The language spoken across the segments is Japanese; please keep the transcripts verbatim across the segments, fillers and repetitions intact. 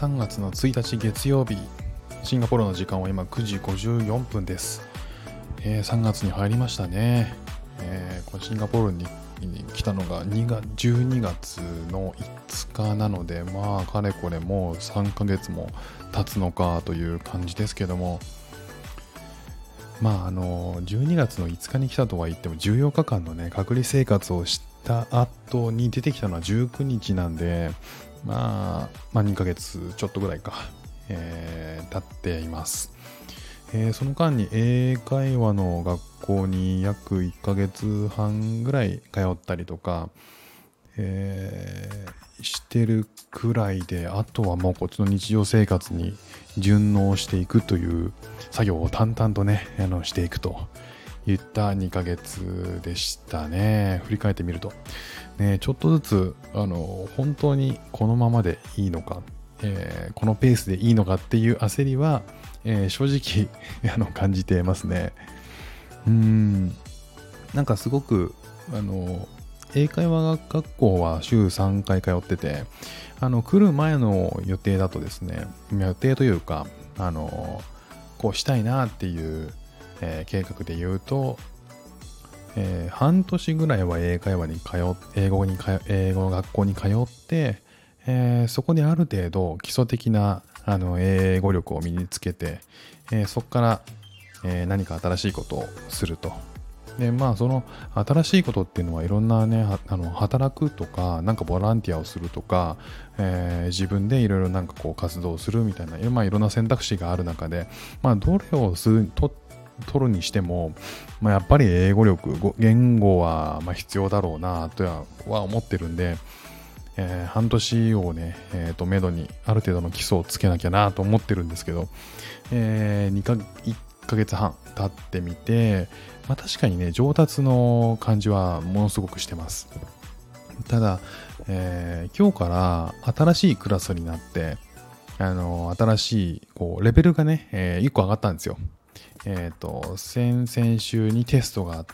さんがつのついたち月曜日、シンガポールの時間は今くじごじゅうよんぷんです。えー、さんがつに入りましたね。えー、これシンガポールに来たのがにがつじゅうにがつのいつかなので、まあかれこれもうさんかげつも経つのかという感じですけども、まああのじゅうにがつのいつかに来たとは言ってもじゅうよっかかんのね隔離生活をした後に出てきたのはじゅうくにちなんで、まあ、まあにかげつちょっとぐらいか、えー、経っています。えー、その間に英会話の学校に約いっかげつはんぐらい通ったりとか、えー、してるくらいで、あとはもうこっちの日常生活に順応していくという作業を淡々とねあのしていくといったにかげつでしたね。振り返ってみると、ね、ちょっとずつあの本当にこのままでいいのか、えー、このペースでいいのかっていう焦りは、えー、正直あの感じてますね。うーんなんかすごくあの英会話学校は週さんかい通ってて、あの来る前の予定だとですね、予定というかあのこうしたいなっていう、えー、計画で言うと、えー、半年ぐらいは英会話に通っ英語に通英語の学校に通って、えー、そこである程度基礎的なあの英語力を身につけて、えー、そこから、えー、何か新しいことをすると。でまあその新しいことっていうのはいろんなねあの働くとかなんかボランティアをするとか、えー、自分でいろいろなんかこう活動するみたいな、まあ、いろんな選択肢がある中で、まあどれをすると取るにしても、まあ、やっぱり英語力言語はまあ必要だろうなとは思ってるんで、えー、半年をねえー、とめどにある程度の基礎をつけなきゃなと思ってるんですけど、えー、にかいっかげつはん経ってみて、まあ、確かにね上達の感じはものすごくしてます。ただ、えー、今日から新しいクラスになって、あのー、新しいこうレベルがね、えー、いっこ上がったんですよ。えっと先々週にテストがあって、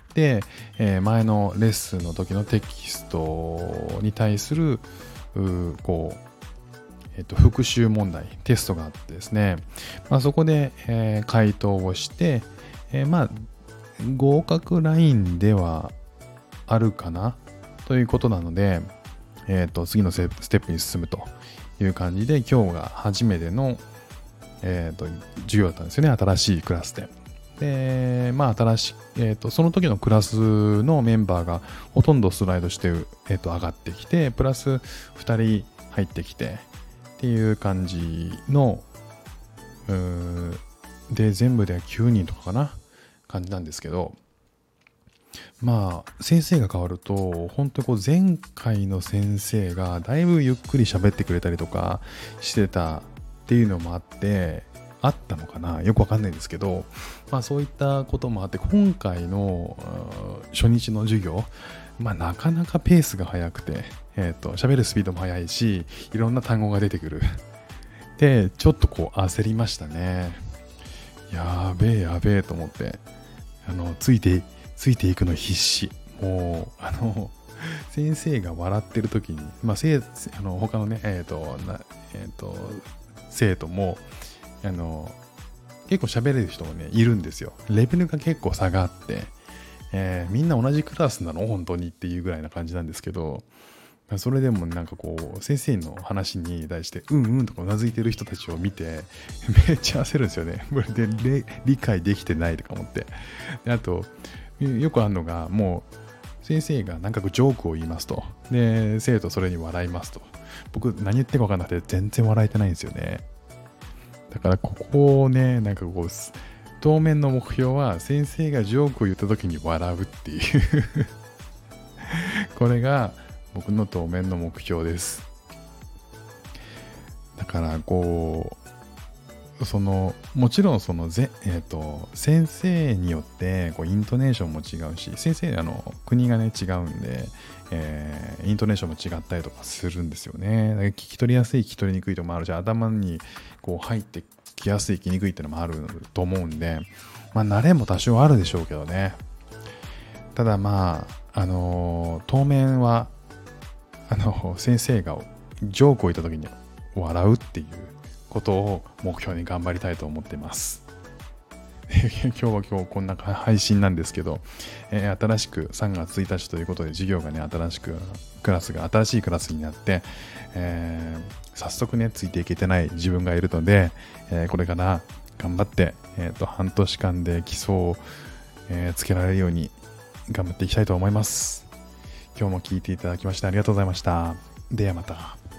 えー、前のレッスンの時のテキストに対するこうえっと、復習問題、テストがあってですね、まあ、そこで、えー、回答をして、えー、まあ、合格ラインではあるかなということなので、えっと、次のステップに進むという感じで、今日が初めての、えっと、授業だったんですよね、新しいクラスで。で、まあ、新しい、えっと、その時のクラスのメンバーがほとんどスライドして、えっと、上がってきて、プラスふたり入ってきて、っていう感じのうーで全部できゅうにんとかかな感じなんですけど、まあ先生が変わると本当にこう前回の先生がだいぶゆっくり喋ってくれたりとかしてたっていうのもあってあったのかな、よくわかんないんですけど、まあそういったこともあって今回の初日の授業、まあなかなかペースが速くて、えっと喋るスピードも速いし、いろんな単語が出てくる。で、ちょっとこう焦りましたね。やべえやべえと思って、あのついてついていくの必死。もうあの先生が笑ってる時に、まあ生あの他のねえっ、ー、となえっ、ー、と生徒もあの結構喋れる人もねいるんですよ。レベルが結構差があって、えー、みんな同じクラスなの本当にっていうぐらいな感じなんですけど、それでもなんかこう先生の話に対してうんうんとかうなずいてる人たちを見てめっちゃ焦るんですよね。これで理解できてないとか思って、であとよくあるのが、もう先生がなんかジョークを言いますと、で生徒それに笑いますと、僕何言ってるか分かんなくて全然笑えてないんですよね。だからここをねなんかこう当面の目標は先生がジョークを言った時に笑うっていうこれが僕の当面の目標です。だからこうそのもちろんそのぜ、えー、と先生によってこうイントネーションも違うし、先生あの国がね違うんで、えー、イントネーションも違ったりとかするんですよね。だから聞き取りやすい聞き取りにくいともあるし、頭にこう入ってきやすいきにくいっていうのもあると思うんで、まあ慣れも多少あるでしょうけどね。ただまああのー、当面はあの先生がジョークを言った時に笑うっていうことを目標に頑張りたいと思っています。今日は今日こんな配信なんですけど、えー、新しくさんがつついたちということで授業がね、新しくクラスが新しいクラスになって、えー、早速ねついていけてない自分がいるので、えー、これから頑張って、えー、と半年間で基礎を、えー、つけられるように頑張っていきたいと思います。今日も聞いていただきましてありがとうございました。ではまた。